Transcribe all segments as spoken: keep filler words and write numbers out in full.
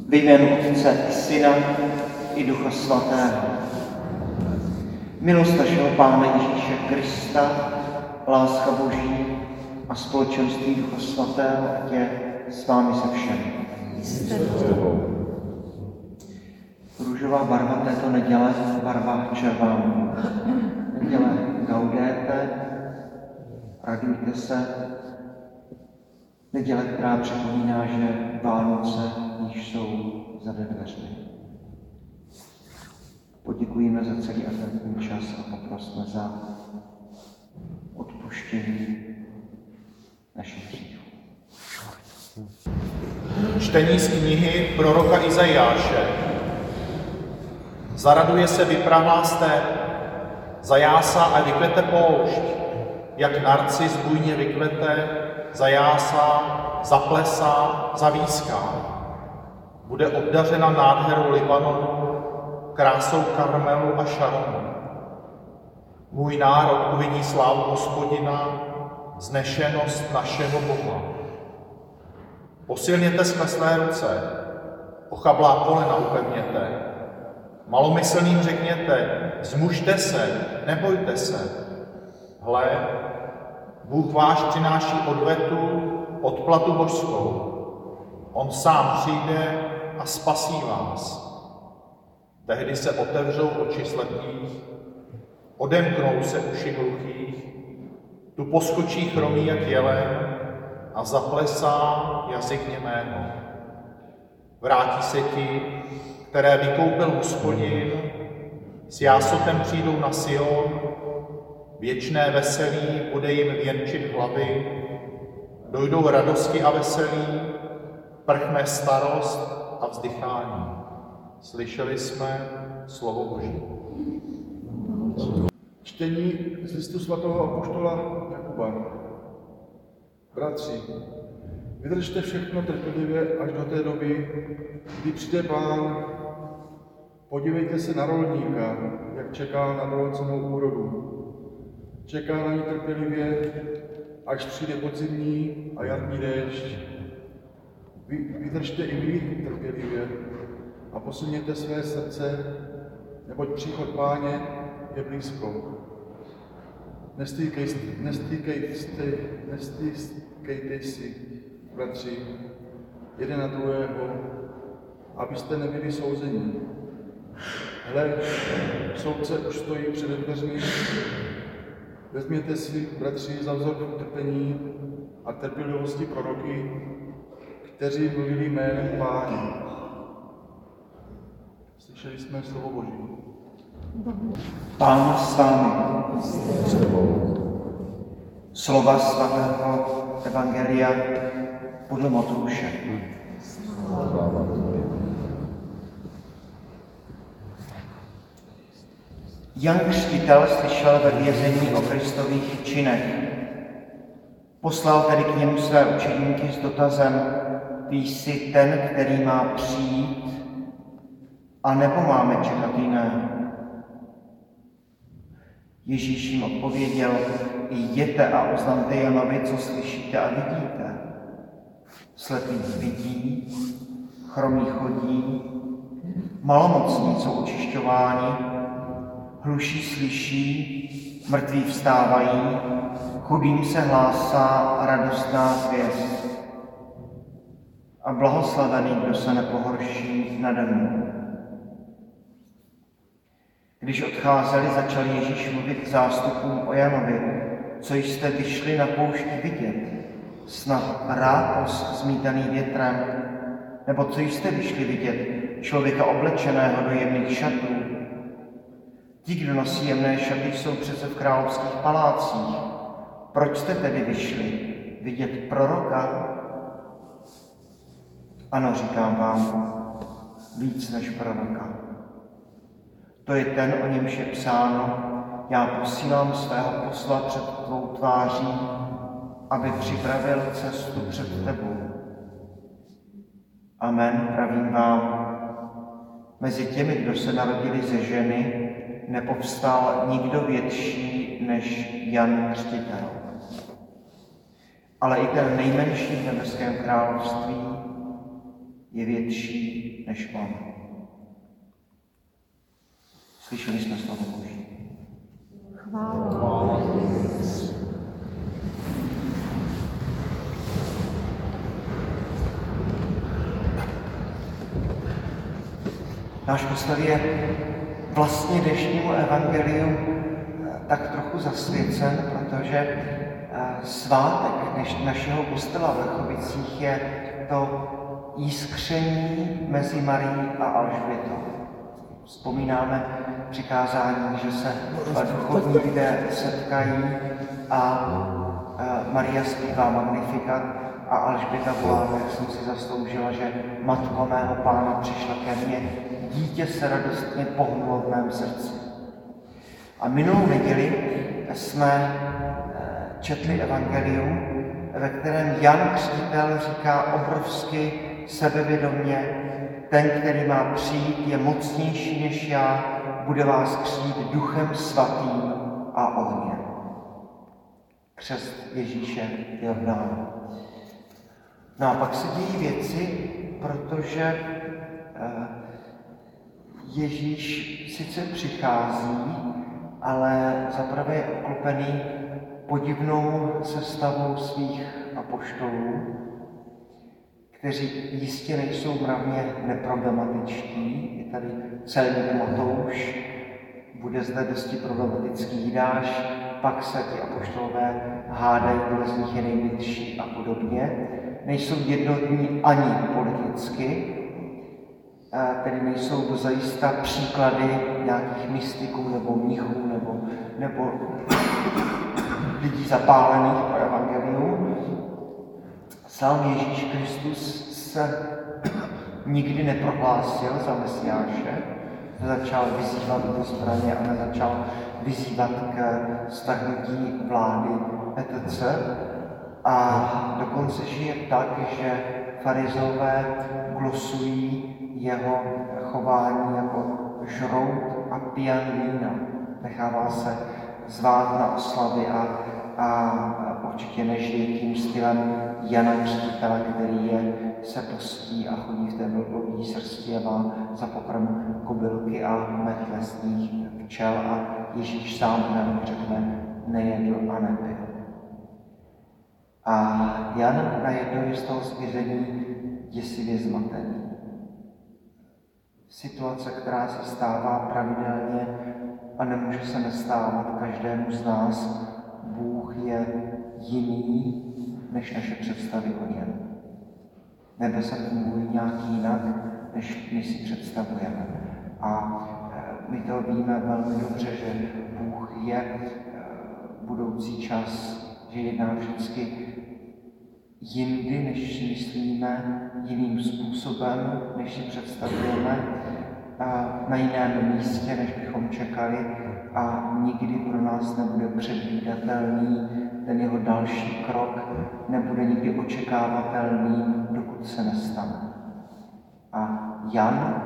Ve jménu Otce i Syna i Ducha Svatého. Milost našeho Pána Ježíše Krista, láska Boží a společenství Ducha Svatého, ať je s vámi se všemi. Růžová barva této neděle, barva červená. Neděle Gaudete, radujte se. Neděle, která připomíná, že Vánoce již jsou za dveřmi. Poděkujeme za celý adventní čas a poprosme za odpuštění našich hříchů. Čtení z knihy proroka Izajáše. Zaraduje se vyprahlá step, zajásá a vykvete poušť, jak narcis bujně vykvete, zajásá, zaplesá, zavíská. Bude obdařena nádherou Libanonu, krásou Karmelu a Šaronu. Můj národ uvidí slávu Hospodina, vznešenost našeho Boha. Posilněte skleslé ruce, ochablá kolena upevněte. Malomyslným řekněte, zmužte se, nebojte se. Hle, Bůh váš přináší odvetu, odplatu božskou. On sám přijde a spasí vás. Tehdy se otevřou oči slepých, odemknou se uši hluchých, tu poskočí chromý jak jelen a zaplesá jazyk němého. Vrátí se ti, které vykoupil Hospodin, s jásotem přijdou na Sion, věčné veselí bude jim věnčit hlavy, dojdou radosti a veselí, prchne starost a vzdychání. Slyšeli jsme slovo Boží. Čtení z listu svatého apoštola Jakuba. Bratři, vydržte všechno trpělivě až do té doby, kdy přijde Pán. Podívejte se na rolníka, jak čeká na dolecenou úrodu. Čeká na ní trpělivě, až přijde podzimní a jarní déšť. Vy, vydržte i vy trpělivě a posilněte své srdce, neboť příchod Páně je blízko. Nestýkejte, nestýkejte, nestýkejte si, bratři, jeden na druhého, abyste nebyli souzeni. Hle, soudce už stojí před dveřmi. Vezměte si, bratři, za vzor v utrpení a trpělivosti proroky, kteří mluvili jménem Páně. Slyšeli jsme slovo Boží. Pán s vámi. Slova svatého Evangelia podle Matouše. Jan Křtitel slyšel ve vězení o Kristových činech. Poslal tedy k němu své učedníky s dotazem: Ty jsi ten, který má přijít, a nebo máme čekat jiného? Ježíš jim odpověděl: Jděte a oznamte Janovi, co slyšíte a vidíte. Slepí vidí, chromí chodí, malomocní jsou očišťováni, hluší slyší, mrtví vstávají, chudým se hlásá radostná zvěst. A blahoslavený, kdo se nepohorší nade mnou. Když odcházeli, začal Ježíš mluvit k zástupům o Janovi: Co jste vyšli na poušti vidět? Snad rákos zmítaný větrem? Nebo co jste vyšli vidět? Člověka oblečeného do jemných šatů? Ti, kdo nosí jemné šaty, jsou přece v královských palácích. Proč jste tedy vyšli vidět proroka? Ano, říkám vám, víc než proroka. To je ten, o němž je psáno: Já posílám svého posla před tvou tváří, aby připravil cestu před tebou. Amen, pravím vám, mezi těmi, kdo se narodili ze ženy, nepovstal nikdo větší než Jan Křtitel. Ale i ten nejmenší v nebeském království je větší než on. Slyšeli jsme slovo Boží. Chvála. Náš kostel je vlastně dnešnímu evangeliu tak trochu zasvěcen, protože svátek našeho kostela v Lechovicích je to jiskření mezi Marií a Alžbětou. Vzpomínáme přikázání, že se duchovní lidé setkají a Maria zpívá Magnificat a Alžběta volá, jak jsem si zasloužila, že Matko mého Pána přišla ke mně, dítě se radostně pohnulo v mém srdci. A minulou neděli jsme četli evangelium, ve kterém Jan Křtitel říká obrovsky sebevědomě, ten, který má přijít, je mocnější než já, bude vás křtít duchem svatým a ohněm. Křest Ježíše v Jordánu. No a pak se dějí věci, protože Ježíš sice přichází, ale zaprvé je obklopený podivnou sestavou svých apoštolů, kteří jistě nejsou mravně neproblematičtí. Je tady celník Matouš, bude zde dosti problematický Jidáš, pak se ti apoštolové hádají, kdo z nich je největší a podobně. Nejsou jednotní ani politicky, tedy nejsou dozajista příklady nějakých mystiků nebo mnichů nebo, nebo lidí zapálených pro evangelium. Sám Ježíš Kristus se nikdy neprohlásil za Mesiáše, nezačal vyzývat do zbraně a nezačal vyzývat k stahnutí vlády et cetera. A dokonce žije tak, že farizové glosují jeho chování jako žrout a pijan vína. Nechává se zvát na oslavy a, a určitě nežije tím stylem Jana Křtitele, který je, se postí a chodí v té velbloudí srsti a má za pokrm kobylky a med lesních včel a Ježíš sám nám řekne, nejedl a nepil. A Jan najednou je z toho zvězení děsivě zmatený. Situace, která se stává pravidelně a nemůže se nestávat každému z nás, Bůh je jiný než naše představy o něm. Nebesa fungují nějak jinak, než my si představujeme. A my to víme velmi dobře, že Bůh je budoucí čas, že jedná vždycky jindy, než si myslíme, jiným způsobem, než si představujeme, na jiném místě, než bychom čekali a nikdy pro nás nebude předvídatelný, ten jeho další krok nebude nikdy očekávatelný, dokud se nestane. A Jan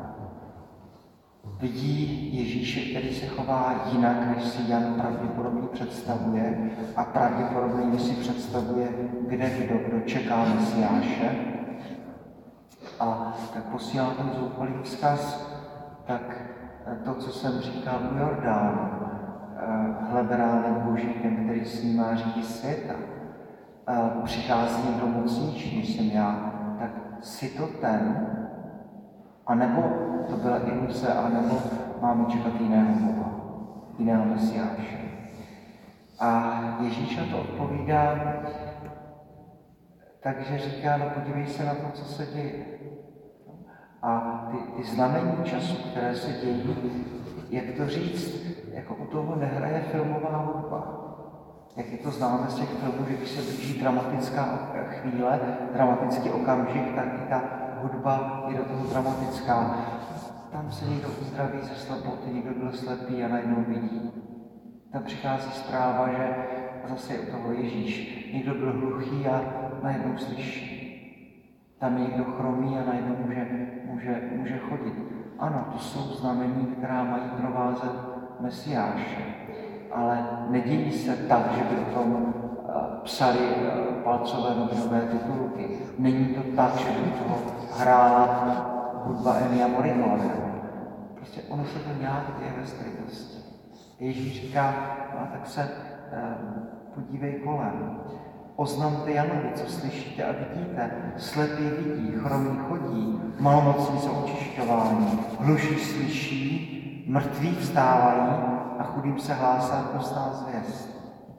vidí Ježíše, který se chová jinak, než si Jan pravděpodobně představuje a pravděpodobně si představuje, kde kdo, kdo čeká Mesiáše. A tak posílá ten zoufalý vzkaz, tak to, co jsem říkal u Jordánu, hle beránek Boží, ten, který s ním má řídit světa, přichází někdo mocnější, než jsem já, tak si to ten, anebo to byla iluze, anebo máme čekat jiného Boha, jiného Mesiáše. A Ježíš na to odpovídá, takže říká, no podívej se na to, co se děje. A ty, ty znamení času, které se dějí, jak to říct, jako u toho nehraje filmová hudba. Jak je to známe z těch filmů, že když se blíží dramatická chvíle, dramatický okamžik, tak i ta hudba je do toho dramatická. Tam se někdo uzdraví ze slepoty, někdo byl slepý a najednou vidí. Tam přichází zpráva, že zase je u toho Ježíš. Někdo byl hluchý a najednou slyší. Tam je někdo chromý a najednou může, může, může chodit. Ano, to jsou znamení, která mají provázet Mesiáše. Ale nedějí se tak, že by o tom psali palcové novinové titulky. Není to tak, že by toho hrála hudba Ennia Morricone. Prostě ono se to nějak děje ve skrytosti. Ježíš říká, no tak se um, podívej kolem. Oznamte Janovi, co slyšíte a vidíte. Slepí vidí, chromí chodí, malomocní jsou očišťováni, hluší slyší, mrtví vstávají a chudým se hlásá prostá zvěst.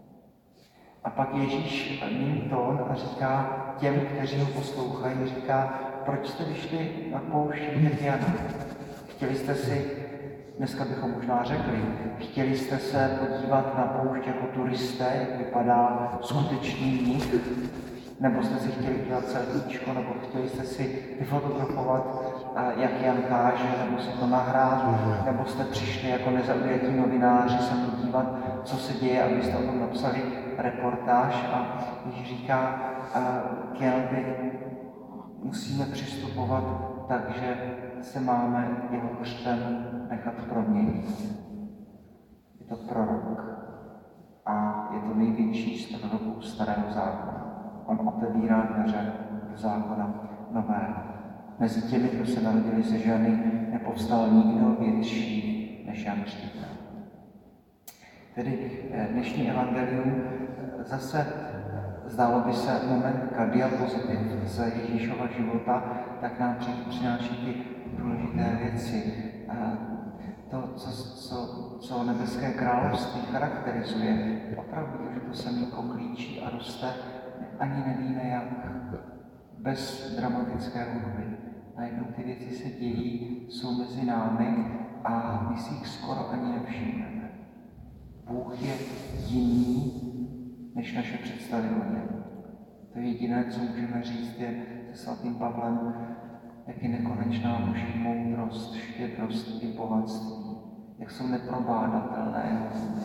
A pak Ježíš mění tón a říká těm, kteří ho poslouchají, říká, proč jste vyšli na poušť vidět Jana? Chtěli jste si, dneska bychom možná řekli, chtěli jste se podívat na poušť jako turisté, jak vypadá skutečný mních, nebo jste si chtěli udělat selfiečko, nebo chtěli jste si vyfotografovat, jak Jan káže, nebo si to nahrát, nebo jste přišli jako nezaujatí novináři se podívat, co se děje, abyste o tom napsali reportáž. A Ježíš říká, k Janovi musíme přistupovat tak, že se máme jeho křtem nechat proměnit. Je to prorok a je to největší z proroků Starého zákona. On otevírá dveře do zákona nového. Mezi těmi, kdo se narodili ze ženy, nepovstal nikdo větší než Jan Křtitel. Tedy dnešní evangelium zase zdálo by se momentka diapozitiv z Ježíšova života, tak nám přináší ty důležité věci. To, co, co, co nebeské království charakterizuje, opravdu, že to semínko klíčí a roste, ani nevíme jak, bez dramatické hudby. Najednou ty věci se dějí, jsou mezi námi a my si jich skoro ani nevšimneme. Bůh je jiný než naše představy o něm. To jediné, co můžeme říct, je se svatým Pavlem, jak je nekonečná boží moudrost, štědrost i bohatství, jak jsou neprobádatelné jeho vůle.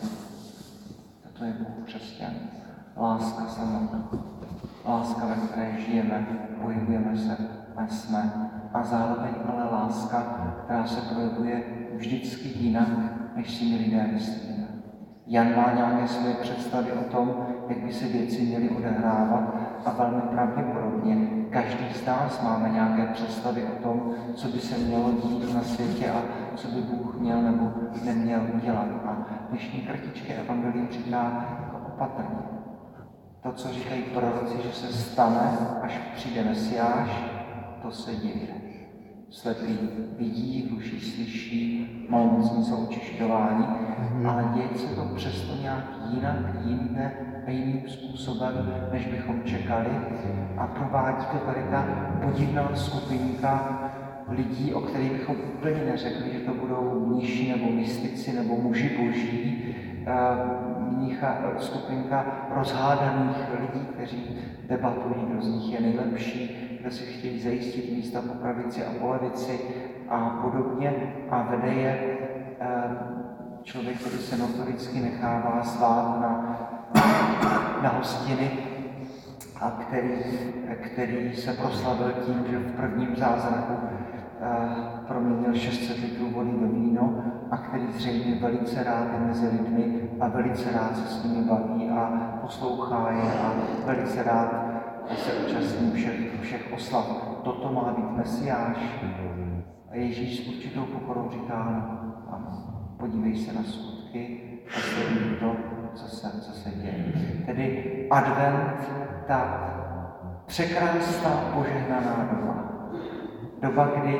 To je Bůh křesťan. Láska samotná. Láska, ve které žijeme, pohybujeme se a jsme. A zároveň ale láska, která se projevuje vždycky jinak, než si my lidé myslíme. Jan má nějaké své představy o tom, jak by se věci měly odehrávat a velmi pravděpodobně každý z nás máme nějaké představy o tom, co by se mělo dít na světě a co by Bůh měl nebo neměl udělat. A dnešní kratičké evangelium říká jako opatrně. To, co říkají proroci, že se stane, až přijde Mesiáš, to se děje. Slepí vidí, hluší slyší, malomocní jsou očišťováni, ale děje se to přesto nějak jinak, jinde a jiným způsobem, než bychom čekali. A provádí to tady ta podivná skupinka lidí, o kterých bychom úplně neřekli, že to budou mniši nebo mystici nebo muži boží, mnicha, skupinka rozhádaných lidí, kteří debatují, kdo z nich je nejlepší, kdo si chtějí zajistit místa po pravici a po levici a podobně. A vede je člověk, který se notoricky nechává zvát na, na hostiny a který, který se proslavil tím, že v prvním zázraku proměnil šest set litrů vody do víno a který zřejmě velice rád je mezi lidmi a velice rád se s nimi baví a poslouchá je a velice rád se účastní všech, všech oslav. Toto má být Mesiáš. A Ježíš s určitou pokorou říká, ano, podívej se na skutky a sleduj to, co se, co se děje. Tedy advent, ta překrásná požehnaná doba. Doba, kdy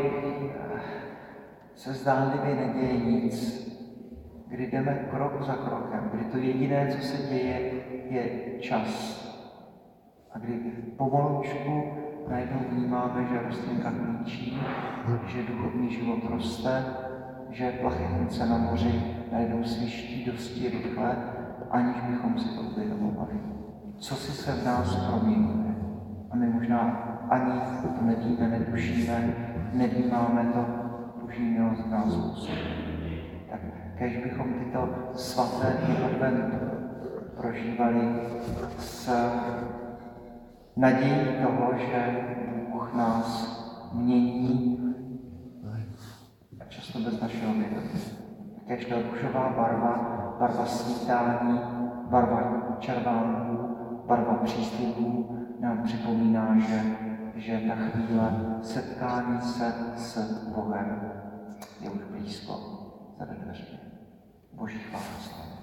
se zdánlivě neděje nic, kdy jdeme krok za krokem, kdy to jediné, co se děje, je čas. A kdy pomalučku najednou vnímáme, že rostlinka klíčí, že duchovní život roste, že plachetnice na moři najednou sviští dosti rychle, aniž bychom si to uvědomovali. Co si se v nás proměňuje. A my možná ani to nevíme, netušíme, nevnímáme to, boží milost v nás působí. Tak kéž bychom tyto svaté dny adventu prožívali s nadějí toho, že Bůh nás mění, a často bez našeho vědomí. Kéž ta růžová barva, barva svítání, barva červánků, barva příslibů nám připomíná, že že ta chvíle setkání se s Bohem je už blízko za dveřmi. Boží chvála.